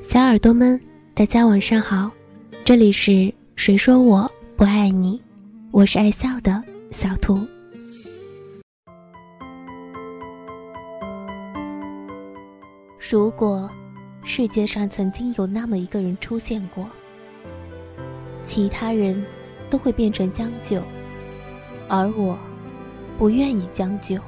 小耳朵们，大家晚上好，这里是谁说我不爱你，我是爱笑的小兔。如果世界上曾经有那么一个人出现过，其他人都会变成将就，而我不愿意将就。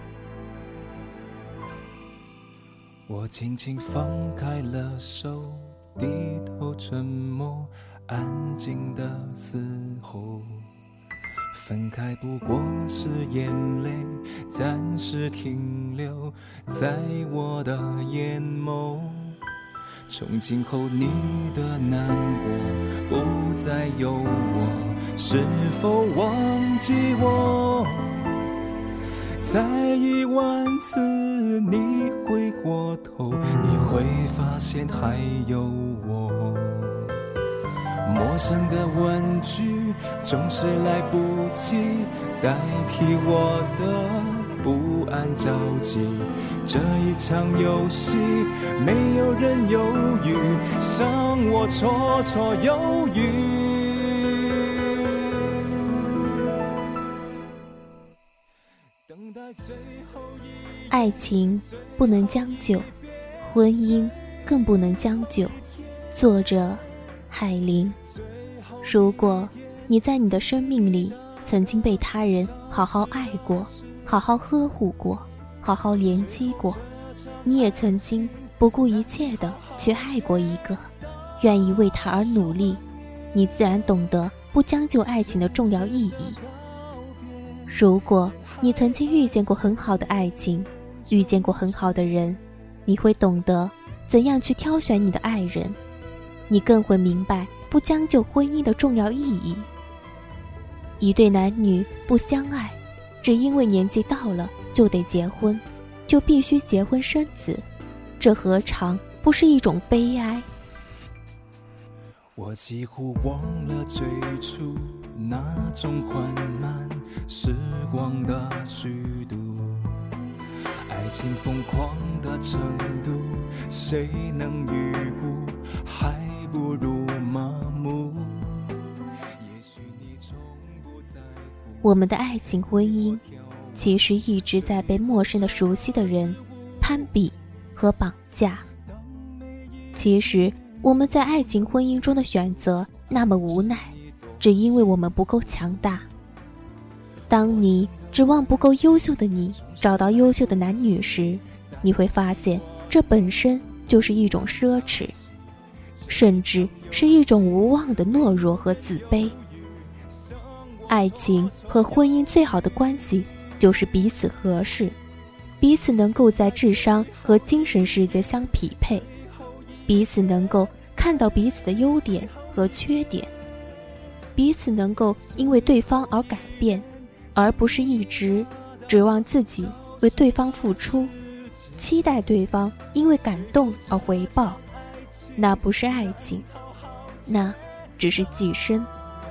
我轻轻放开了手，低头沉默，安静的嘶吼。分开不过是眼泪暂时停留在我的眼眸，从今后你的难过不再有我，是否忘记我？再10000次你回过头，你会发现还有我。陌生的问句总是来不及代替我的不安着急，这一场游戏没有人犹豫，让我绰绰有余。 爱情不能将就，婚姻更不能将就。作者海玲。如果你在你的生命里曾经被他人好好爱过，好好呵护过，好好怜惜过，你也曾经不顾一切的去爱过一个，愿意为他而努力，你自然懂得不将就爱情的重要意义。如果你曾经遇见过很好的爱情，遇见过很好的人，你会懂得怎样去挑选你的爱人，你更会明白不将就婚姻的重要意义。一对男女不相爱，只因为年纪到了就得结婚，就必须结婚生子，这何尝不是一种悲哀？ 我几乎忘了最初那种缓慢时光的虚度，爱情疯狂的程度谁能预估，还不如麻木。也许你从不在乎。 我们的爱情婚姻其实一直在被陌生的熟悉的人攀比和绑架。其实我们在爱情婚姻中的选择那么无奈，只因为我们不够强大。当你指望不够优秀的你找到优秀的男女时，你会发现这本身就是一种奢侈，甚至是一种无望的懦弱和自卑。爱情和婚姻最好的关系就是彼此合适，彼此能够在智商和精神世界相匹配，彼此能够看到彼此的优点和缺点，彼此能够因为对方而改变，而不是一直指望自己为对方付出，期待对方因为感动而回报。那不是爱情，那只是寄生。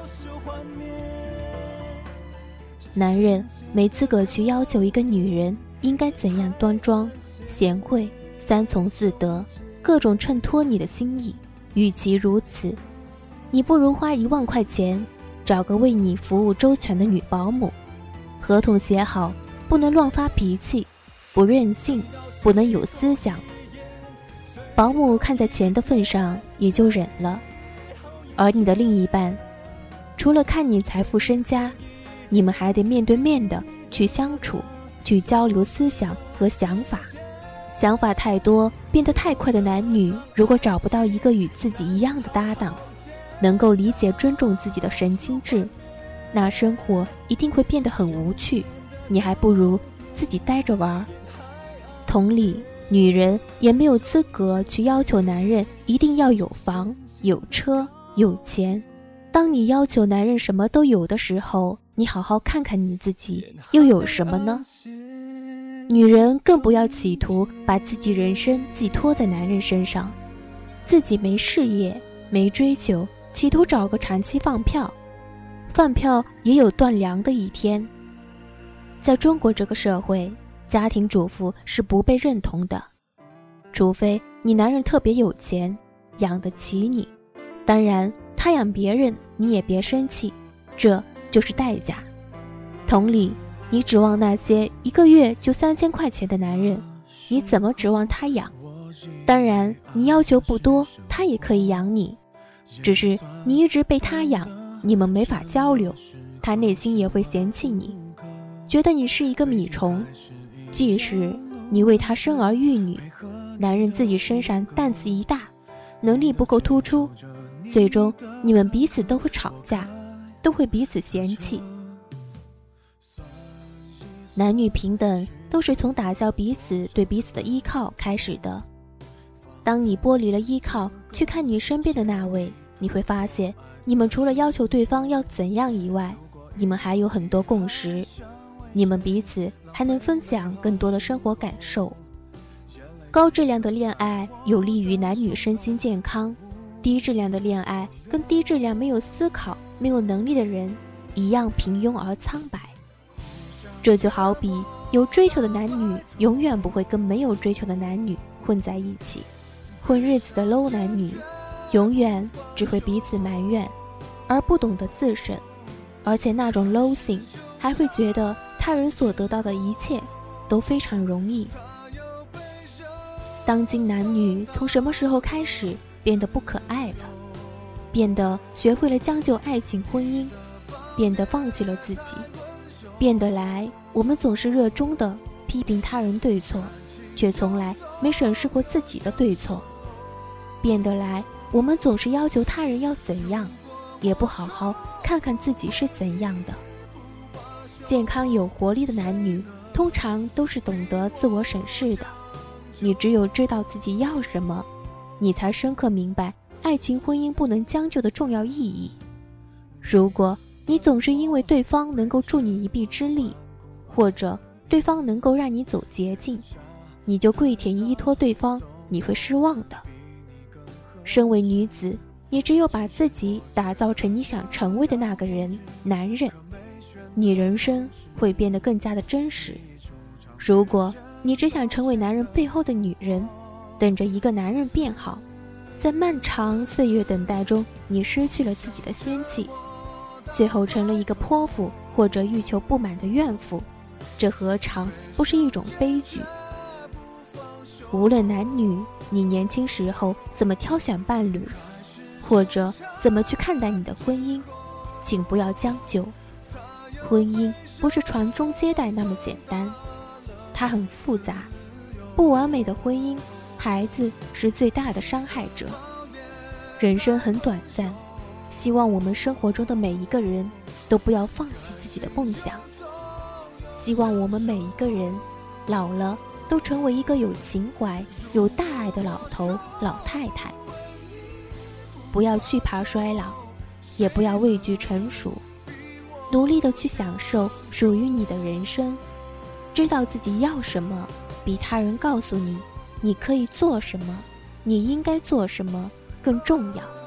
男人没资格去要求一个女人应该怎样端庄、贤惠、三从四德，各种衬托你的心意。与其如此，你不如花1万块钱找个为你服务周全的女保姆，合同写好，不能乱发脾气，不任性，不能有思想。保姆看在钱的份上也就忍了，而你的另一半除了看你财富身家，你们还得面对面的去相处，去交流思想和想法。想法太多变得太快的男女，如果找不到一个与自己一样的搭档，能够理解尊重自己的神经质，那生活一定会变得很无趣，你还不如自己待着玩。同理，女人也没有资格去要求男人一定要有房、有车、有钱。当你要求男人什么都有的时候，你好好看看你自己又有什么呢？女人更不要企图把自己人生寄托在男人身上，自己没事业、没追求，企图找个长期饭票也有断粮的一天。在中国这个社会，家庭主妇是不被认同的，除非你男人特别有钱， 养得起你。当然，他养别人你也别生气，这就是代价。同理，你指望那些一个月就3000块钱的男人，你怎么指望他养？当然，你要求不多，他也可以养你，只是你一直被他养，你们没法交流，他内心也会嫌弃你，觉得你是一个米虫。即使你为他生儿育女，男人自己身上担子一大，能力不够突出，最终你们彼此都会吵架，都会彼此嫌弃。男女平等都是从打消彼此对彼此的依靠开始的。当你剥离了依靠，去看你身边的那位，你会发现，你们除了要求对方要怎样以外，你们还有很多共识，你们彼此还能分享更多的生活感受。高质量的恋爱有利于男女身心健康，低质量的恋爱跟低质量没有思考、没有能力的人一样平庸而苍白。这就好比有追求的男女永远不会跟没有追求的男女混在一起，混日子的 low 男女永远只会彼此埋怨，而不懂得自省，而且那种 low 性还会觉得他人所得到的一切都非常容易。当今男女从什么时候开始变得不可爱了？变得学会了将就爱情婚姻，变得放弃了自己，变得来我们总是热衷地批评他人对错，却从来没审视过自己的对错。变得来我们总是要求他人要怎样，也不好好看看自己是怎样的。健康有活力的男女通常都是懂得自我审视的。你只有知道自己要什么，你才深刻明白爱情婚姻不能将就的重要意义。如果你总是因为对方能够助你一臂之力，或者对方能够让你走捷径，你就跪舔依托对方，你会失望的。身为女子，你只有把自己打造成你想成为的那个人，男人，你人生会变得更加的真实。如果你只想成为男人背后的女人，等着一个男人变好，在漫长岁月等待中，你失去了自己的仙气，最后成了一个泼妇或者欲求不满的怨妇，这何尝不是一种悲剧？无论男女，你年轻时候怎么挑选伴侣，或者怎么去看待你的婚姻，请不要将就。婚姻不是传宗接代那么简单，它很复杂。不完美的婚姻，孩子是最大的伤害者。人生很短暂，希望我们生活中的每一个人都不要放弃自己的梦想。希望我们每一个人老了都成为一个有情怀、有大爱的老头、老太太。不要惧怕衰老，也不要畏惧成熟，努力地去享受属于你的人生。知道自己要什么，比他人告诉你你可以做什么，你应该做什么更重要。